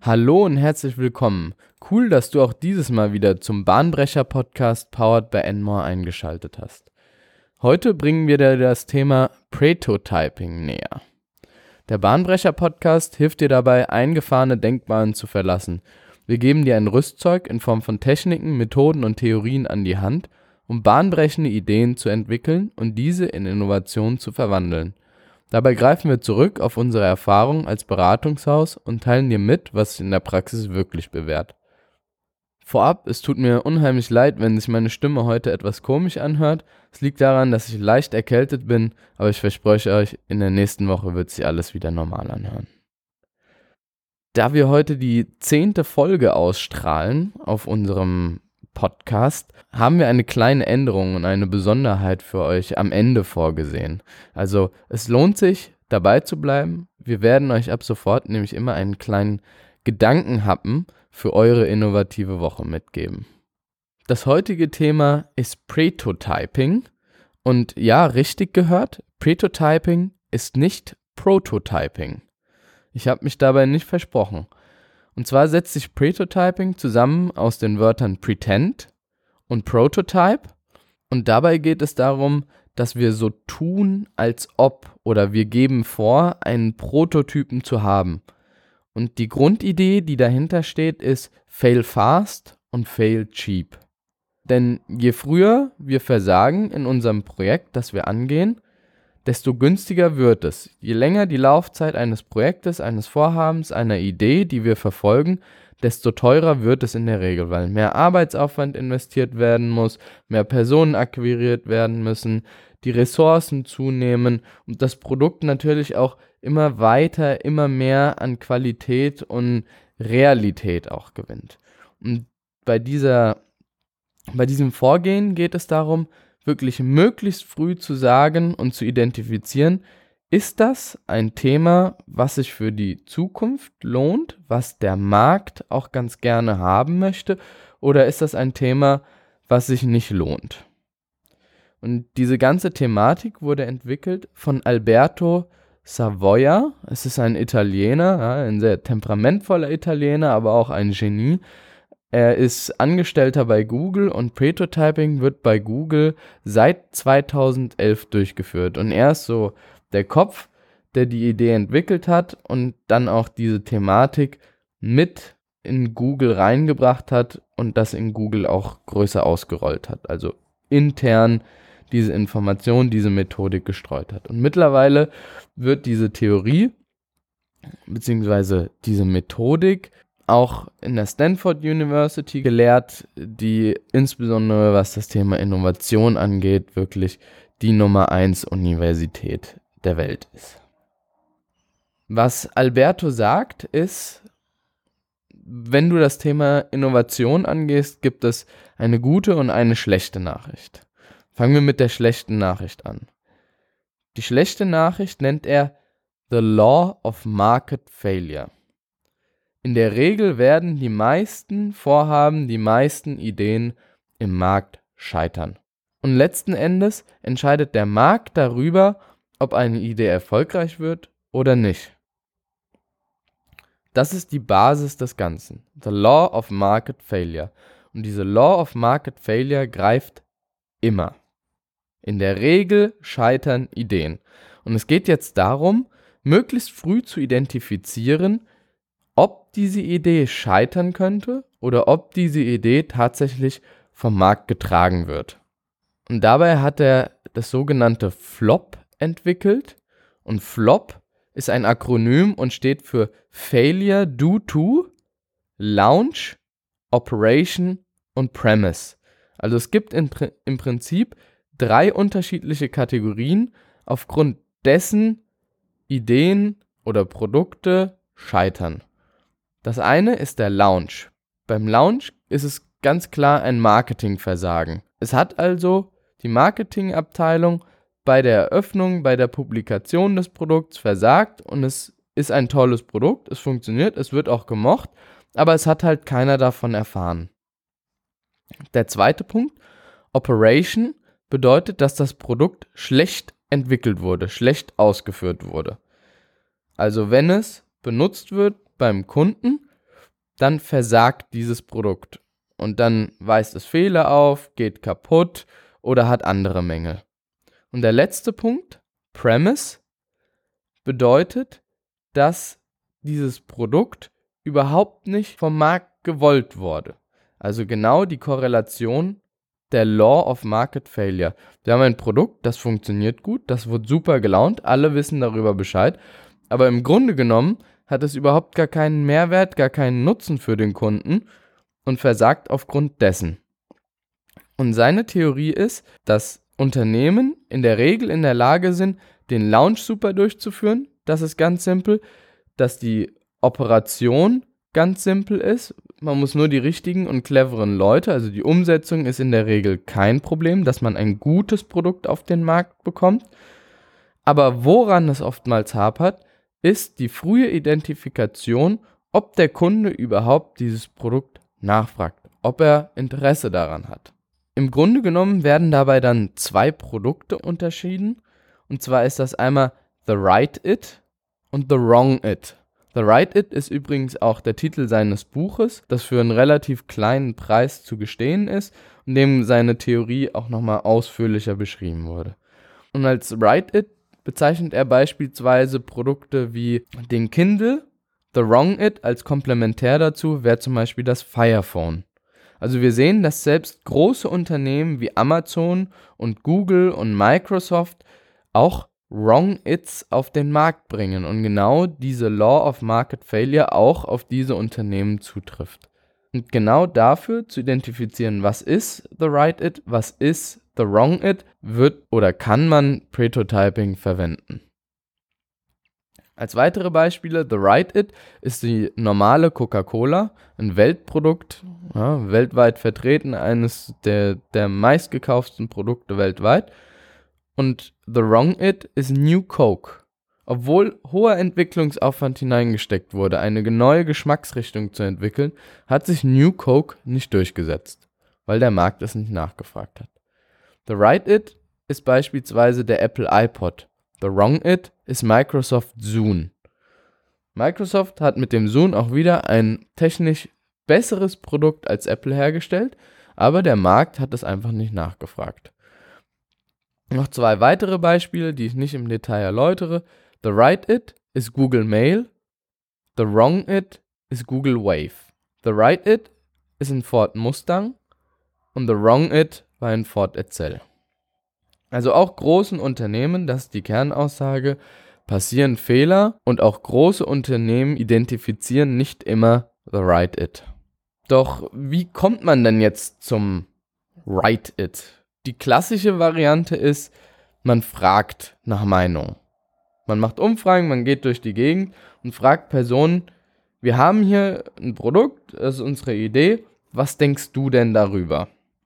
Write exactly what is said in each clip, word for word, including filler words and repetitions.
Hallo und herzlich willkommen. Cool, dass du auch dieses Mal wieder zum Bahnbrecher-Podcast Powered by Enmore eingeschaltet hast. Heute bringen wir dir das Thema Prototyping näher. Der Bahnbrecher-Podcast hilft dir dabei, eingefahrene Denkbahnen zu verlassen. Wir geben dir ein Rüstzeug in Form von Techniken, Methoden und Theorien an die Hand, um bahnbrechende Ideen zu entwickeln und diese in Innovationen zu verwandeln. Dabei greifen wir zurück auf unsere Erfahrung als Beratungshaus und teilen dir mit, was sich in der Praxis wirklich bewährt. Vorab, es tut mir unheimlich leid, wenn sich meine Stimme heute etwas komisch anhört. Es liegt daran, dass ich leicht erkältet bin, aber ich verspreche euch, in der nächsten Woche wird sich alles wieder normal anhören. Da wir heute die zehnte Folge ausstrahlen auf unserem Podcast, haben wir eine kleine Änderung und eine Besonderheit für euch am Ende vorgesehen. Also es lohnt sich, dabei zu bleiben. Wir werden euch ab sofort nämlich immer einen kleinen Gedankenhappen für eure innovative Woche mitgeben. Das heutige Thema ist Prototyping. Und ja, richtig gehört, Prototyping ist nicht Prototyping. Ich habe mich dabei nicht versprochen. Und zwar setzt sich Prototyping zusammen aus den Wörtern Pretend und Prototype. Und dabei geht es darum, dass wir so tun, als ob, oder wir geben vor, einen Prototypen zu haben. Und die Grundidee, die dahinter steht, ist Fail fast und Fail cheap. Denn je früher wir versagen in unserem Projekt, das wir angehen, desto günstiger wird es. Je länger die Laufzeit eines Projektes, eines Vorhabens, einer Idee, die wir verfolgen, desto teurer wird es in der Regel, weil mehr Arbeitsaufwand investiert werden muss, mehr Personen akquiriert werden müssen, die Ressourcen zunehmen und das Produkt natürlich auch immer weiter, immer mehr an Qualität und Realität auch gewinnt. Und bei dieser, bei diesem Vorgehen geht es darum, wirklich möglichst früh zu sagen und zu identifizieren, ist das ein Thema, was sich für die Zukunft lohnt, was der Markt auch ganz gerne haben möchte, oder ist das ein Thema, was sich nicht lohnt? Und diese ganze Thematik wurde entwickelt von Alberto Savoia. Es ist ein Italiener, ja, ein sehr temperamentvoller Italiener, aber auch ein Genie. Er ist Angestellter bei Google und Prototyping wird bei Google seit zweitausendelf durchgeführt. Und er ist so der Kopf, der die Idee entwickelt hat und dann auch diese Thematik mit in Google reingebracht hat und das in Google auch größer ausgerollt hat. Also intern diese Information, diese Methodik gestreut hat. Und mittlerweile wird diese Theorie bzw. diese Methodik auch in der Stanford University gelehrt, die insbesondere was das Thema Innovation angeht, wirklich die Nummer eins Universität der Welt ist. Was Alberto sagt, ist, wenn du das Thema Innovation angehst, gibt es eine gute und eine schlechte Nachricht. Fangen wir mit der schlechten Nachricht an. Die schlechte Nachricht nennt er The Law of Market Failure. In der Regel werden die meisten Vorhaben, die meisten Ideen im Markt scheitern. Und letzten Endes entscheidet der Markt darüber, ob eine Idee erfolgreich wird oder nicht. Das ist die Basis des Ganzen. The Law of Market Failure. Und diese Law of Market Failure greift immer. In der Regel scheitern Ideen. Und es geht jetzt darum, möglichst früh zu identifizieren, ob diese Idee scheitern könnte oder ob diese Idee tatsächlich vom Markt getragen wird. Und dabei hat er das sogenannte Flop entwickelt. Und Flop ist ein Akronym und steht für Failure Due to, Launch, Operation und Premise. Also es gibt in, im Prinzip drei unterschiedliche Kategorien, aufgrund dessen Ideen oder Produkte scheitern. Das eine ist der Launch. Beim Launch ist es ganz klar ein Marketingversagen. Es hat also die Marketingabteilung bei der Eröffnung, bei der Publikation des Produkts versagt und es ist ein tolles Produkt, es funktioniert, es wird auch gemocht, aber es hat halt keiner davon erfahren. Der zweite Punkt, Operation, bedeutet, dass das Produkt schlecht entwickelt wurde, schlecht ausgeführt wurde. Also wenn es benutzt wird beim Kunden, dann versagt dieses Produkt. Und dann weist es Fehler auf, geht kaputt oder hat andere Mängel. Und der letzte Punkt, Premise, bedeutet, dass dieses Produkt überhaupt nicht vom Markt gewollt wurde. Also genau die Korrelation der Law of Market Failure. Wir haben ein Produkt, das funktioniert gut, das wird super gelaunt, alle wissen darüber Bescheid, aber im Grunde genommen hat es überhaupt gar keinen Mehrwert, gar keinen Nutzen für den Kunden und versagt aufgrund dessen. Und seine Theorie ist, dass Unternehmen in der Regel in der Lage sind, den Launch super durchzuführen, das ist ganz simpel, dass die Operation ganz simpel ist, man muss nur die richtigen und cleveren Leute, also die Umsetzung ist in der Regel kein Problem, dass man ein gutes Produkt auf den Markt bekommt, aber woran es oftmals hapert, ist die frühe Identifikation, ob der Kunde überhaupt dieses Produkt nachfragt, ob er Interesse daran hat. Im Grunde genommen werden dabei dann zwei Produkte unterschieden, und zwar ist das einmal The Right It und The Wrong It. The Right It ist übrigens auch der Titel seines Buches, das für einen relativ kleinen Preis zu gestehen ist und dem seine Theorie auch nochmal ausführlicher beschrieben wurde. Und als Right It bezeichnet er beispielsweise Produkte wie den Kindle. The Wrong It als Komplementär dazu wäre zum Beispiel das Fire Phone. Also wir sehen, dass selbst große Unternehmen wie Amazon und Google und Microsoft auch Wrong Its auf den Markt bringen und genau diese Law of Market Failure auch auf diese Unternehmen zutrifft. Und genau dafür zu identifizieren, was ist The Right It, was ist The Wrong It, wird oder kann man Prototyping verwenden. Als weitere Beispiele, The Right It ist die normale Coca-Cola, ein Weltprodukt, ja, weltweit vertreten, eines der, der meistgekauften Produkte weltweit. Und The Wrong It ist New Coke. Obwohl hoher Entwicklungsaufwand hineingesteckt wurde, eine neue Geschmacksrichtung zu entwickeln, hat sich New Coke nicht durchgesetzt, weil der Markt es nicht nachgefragt hat. The Right It ist beispielsweise der Apple iPod. The Wrong It ist Microsoft Zune. Microsoft hat mit dem Zune auch wieder ein technisch besseres Produkt als Apple hergestellt, aber der Markt hat es einfach nicht nachgefragt. Noch zwei weitere Beispiele, die ich nicht im Detail erläutere. The Right It ist Google Mail. The Wrong It ist Google Wave. The Right It ist ein Ford Mustang und The Wrong It war ein Ford Excel. Also auch großen Unternehmen, das ist die Kernaussage, passieren Fehler und auch große Unternehmen identifizieren nicht immer The Right It. Doch wie kommt man denn jetzt zum Right It? Die klassische Variante ist, man fragt nach Meinung. Man macht Umfragen, man geht durch die Gegend und fragt Personen, wir haben hier ein Produkt, das ist unsere Idee, was denkst du denn darüber?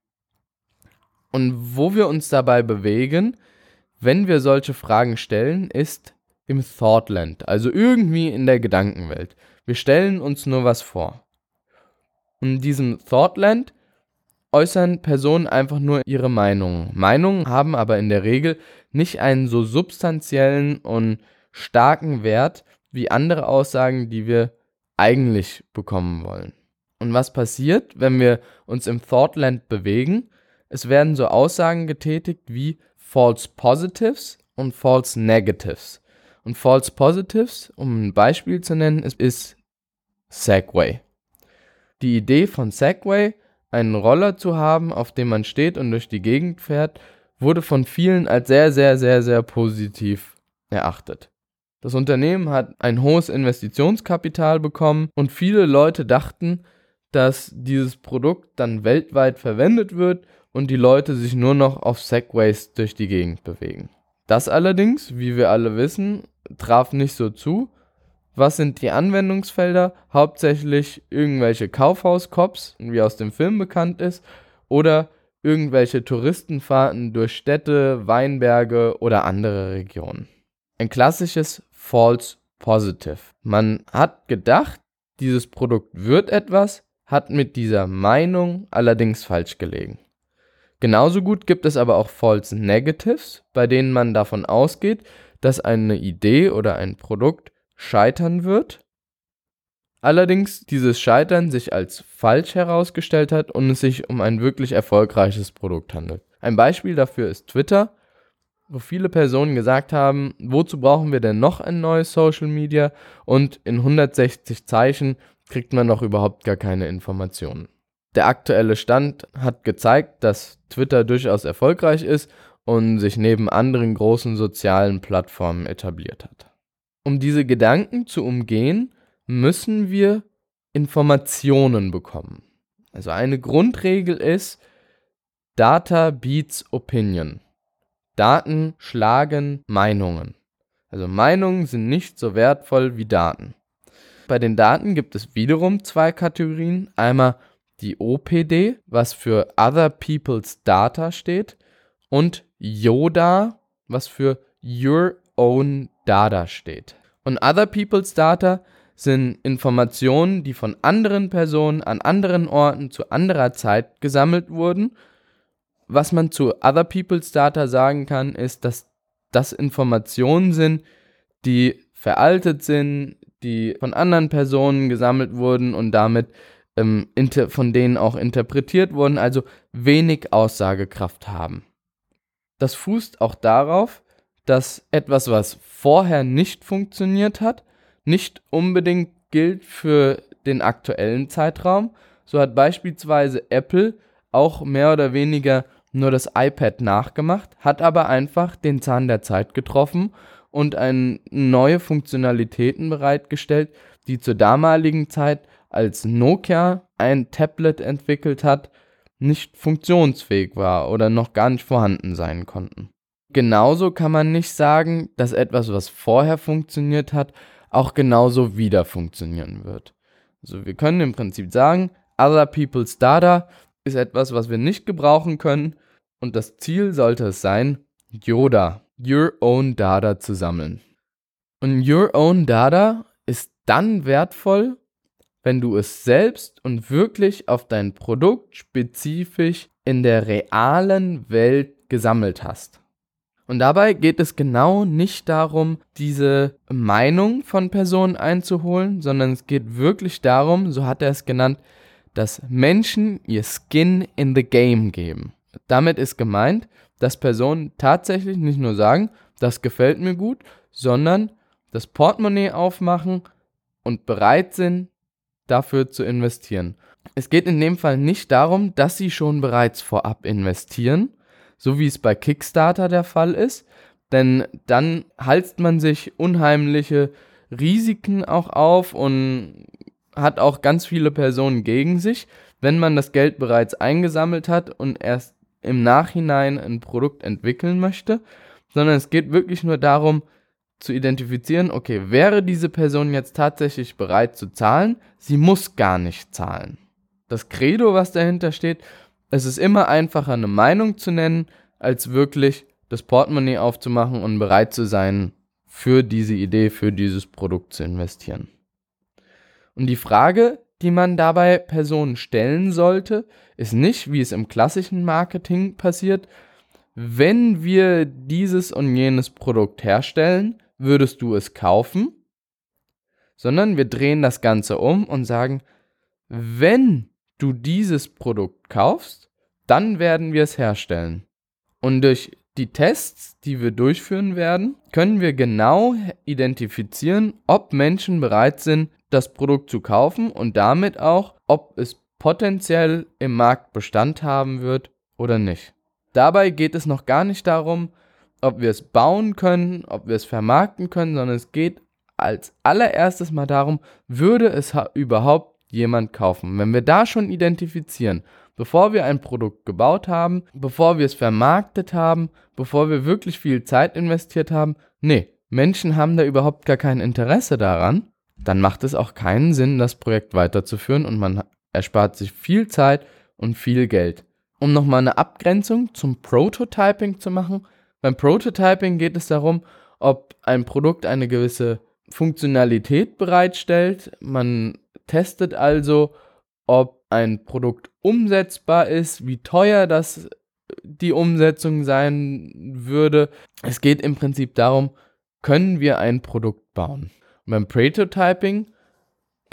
Und wo wir uns dabei bewegen, wenn wir solche Fragen stellen, ist im Thoughtland, also irgendwie in der Gedankenwelt. Wir stellen uns nur was vor. Und in diesem Thoughtland äußern Personen einfach nur ihre Meinungen. Meinungen haben aber in der Regel nicht einen so substanziellen und starken Wert wie andere Aussagen, die wir eigentlich bekommen wollen. Und was passiert, wenn wir uns im Thoughtland bewegen? Es werden so Aussagen getätigt wie False Positives und False Negatives. Und False Positives, um ein Beispiel zu nennen, ist, ist Segway. Die Idee von Segway, einen Roller zu haben, auf dem man steht und durch die Gegend fährt, wurde von vielen als sehr, sehr, sehr, sehr positiv erachtet. Das Unternehmen hat ein hohes Investitionskapital bekommen und viele Leute dachten, dass dieses Produkt dann weltweit verwendet wird und die Leute sich nur noch auf Segways durch die Gegend bewegen. Das allerdings, wie wir alle wissen, traf nicht so zu. Was sind die Anwendungsfelder? Hauptsächlich irgendwelche Kaufhaus-Cops, wie aus dem Film bekannt ist, oder irgendwelche Touristenfahrten durch Städte, Weinberge oder andere Regionen. Ein klassisches False Positive. Man hat gedacht, dieses Produkt wird etwas, hat mit dieser Meinung allerdings falsch gelegen. Genauso gut gibt es aber auch False Negatives, bei denen man davon ausgeht, dass eine Idee oder ein Produkt scheitern wird, allerdings dieses Scheitern sich als falsch herausgestellt hat und es sich um ein wirklich erfolgreiches Produkt handelt. Ein Beispiel dafür ist Twitter, wo viele Personen gesagt haben, wozu brauchen wir denn noch ein neues Social Media, und in hundertsechzig Zeichen kriegt man noch überhaupt gar keine Informationen. Der aktuelle Stand hat gezeigt, dass Twitter durchaus erfolgreich ist und sich neben anderen großen sozialen Plattformen etabliert hat. Um diese Gedanken zu umgehen, müssen wir Informationen bekommen. Also eine Grundregel ist Data beats Opinion. Daten schlagen Meinungen. Also Meinungen sind nicht so wertvoll wie Daten. Bei den Daten gibt es wiederum zwei Kategorien. Einmal die O P D, was für Other People's Data steht, und YODA, was für Your Own Data steht. Und Other People's Data sind Informationen, die von anderen Personen an anderen Orten zu anderer Zeit gesammelt wurden. Was man zu Other People's Data sagen kann, ist, dass das Informationen sind, die veraltet sind, die von anderen Personen gesammelt wurden und damit ähm, inter- von denen auch interpretiert wurden, also wenig Aussagekraft haben. Das fußt auch darauf, dass etwas, was vorher nicht funktioniert hat, nicht unbedingt gilt für den aktuellen Zeitraum. So hat beispielsweise Apple auch mehr oder weniger nur das iPad nachgemacht, hat aber einfach den Zahn der Zeit getroffen und ein, neue Funktionalitäten bereitgestellt, die zur damaligen Zeit, als Nokia ein Tablet entwickelt hat, nicht funktionsfähig war oder noch gar nicht vorhanden sein konnten. Genauso kann man nicht sagen, dass etwas, was vorher funktioniert hat, auch genauso wieder funktionieren wird. Also wir können im Prinzip sagen, Other People's Data ist etwas, was wir nicht gebrauchen können, und das Ziel sollte es sein, YODA, Your Own Data, zu sammeln. Und Your Own Data ist dann wertvoll, wenn du es selbst und wirklich auf dein Produkt spezifisch in der realen Welt gesammelt hast. Und dabei geht es genau nicht darum, diese Meinung von Personen einzuholen, sondern es geht wirklich darum, so hat er es genannt, dass Menschen ihr Skin in the Game geben. Damit ist gemeint, dass Personen tatsächlich nicht nur sagen, das gefällt mir gut, sondern das Portemonnaie aufmachen und bereit sind, dafür zu investieren. Es geht in dem Fall nicht darum, dass sie schon bereits vorab investieren, so wie es bei Kickstarter der Fall ist, denn dann halst man sich unheimliche Risiken auch auf und hat auch ganz viele Personen gegen sich, wenn man das Geld bereits eingesammelt hat und erst im Nachhinein ein Produkt entwickeln möchte, sondern es geht wirklich nur darum, zu identifizieren, okay, wäre diese Person jetzt tatsächlich bereit zu zahlen? Sie muss gar nicht zahlen. Das Credo, was dahinter steht, es ist immer einfacher, eine Meinung zu nennen, als wirklich das Portemonnaie aufzumachen und bereit zu sein, für diese Idee, für dieses Produkt zu investieren. Und die Frage, die man dabei Personen stellen sollte, ist nicht, wie es im klassischen Marketing passiert, wenn wir dieses und jenes Produkt herstellen, würdest du es kaufen? Sondern wir drehen das Ganze um und sagen, wenn du dieses Produkt kaufst, dann werden wir es herstellen. Und durch die Tests, die wir durchführen werden, können wir genau identifizieren, ob Menschen bereit sind, das Produkt zu kaufen und damit auch, ob es potenziell im Markt Bestand haben wird oder nicht. Dabei geht es noch gar nicht darum, ob wir es bauen können, ob wir es vermarkten können, sondern es geht als allererstes mal darum, würde es ha- überhaupt jemand kaufen. Wenn wir da schon identifizieren, bevor wir ein Produkt gebaut haben, bevor wir es vermarktet haben, bevor wir wirklich viel Zeit investiert haben, nee, Menschen haben da überhaupt gar kein Interesse daran, dann macht es auch keinen Sinn, das Projekt weiterzuführen und man erspart sich viel Zeit und viel Geld. Um nochmal eine Abgrenzung zum Prototyping zu machen, beim Prototyping geht es darum, ob ein Produkt eine gewisse Funktionalität bereitstellt. Man testet also, ob ein Produkt umsetzbar ist, wie teuer das die Umsetzung sein würde. Es geht im Prinzip darum, können wir ein Produkt bauen. Und beim Prototyping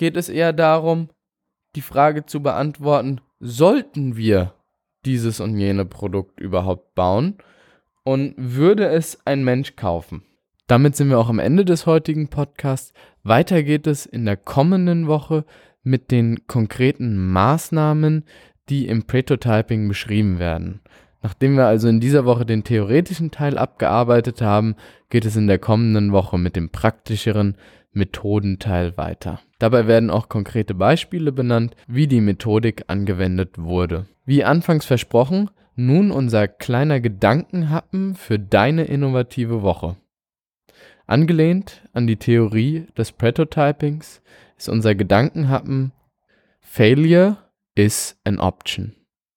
geht es eher darum, die Frage zu beantworten, sollten wir dieses und jene Produkt überhaupt bauen und würde es ein Mensch kaufen? Damit sind wir auch am Ende des heutigen Podcasts. Weiter geht es in der kommenden Woche mit den konkreten Maßnahmen, die im Prototyping beschrieben werden. Nachdem wir also in dieser Woche den theoretischen Teil abgearbeitet haben, geht es in der kommenden Woche mit dem praktischeren Methodenteil weiter. Dabei werden auch konkrete Beispiele benannt, wie die Methodik angewendet wurde. Wie anfangs versprochen, nun unser kleiner Gedankenhappen für deine innovative Woche. Angelehnt an die Theorie des Prototypings ist unser Gedankenhappen Failure is an option.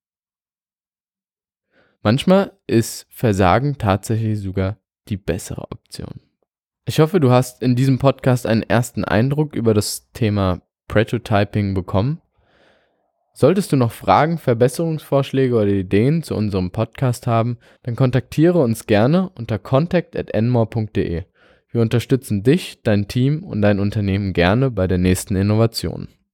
Manchmal ist Versagen tatsächlich sogar die bessere Option. Ich hoffe, du hast in diesem Podcast einen ersten Eindruck über das Thema Prototyping bekommen. Solltest du noch Fragen, Verbesserungsvorschläge oder Ideen zu unserem Podcast haben, dann kontaktiere uns gerne unter contact at enmore punkt de. Wir unterstützen dich, dein Team und dein Unternehmen gerne bei der nächsten Innovation.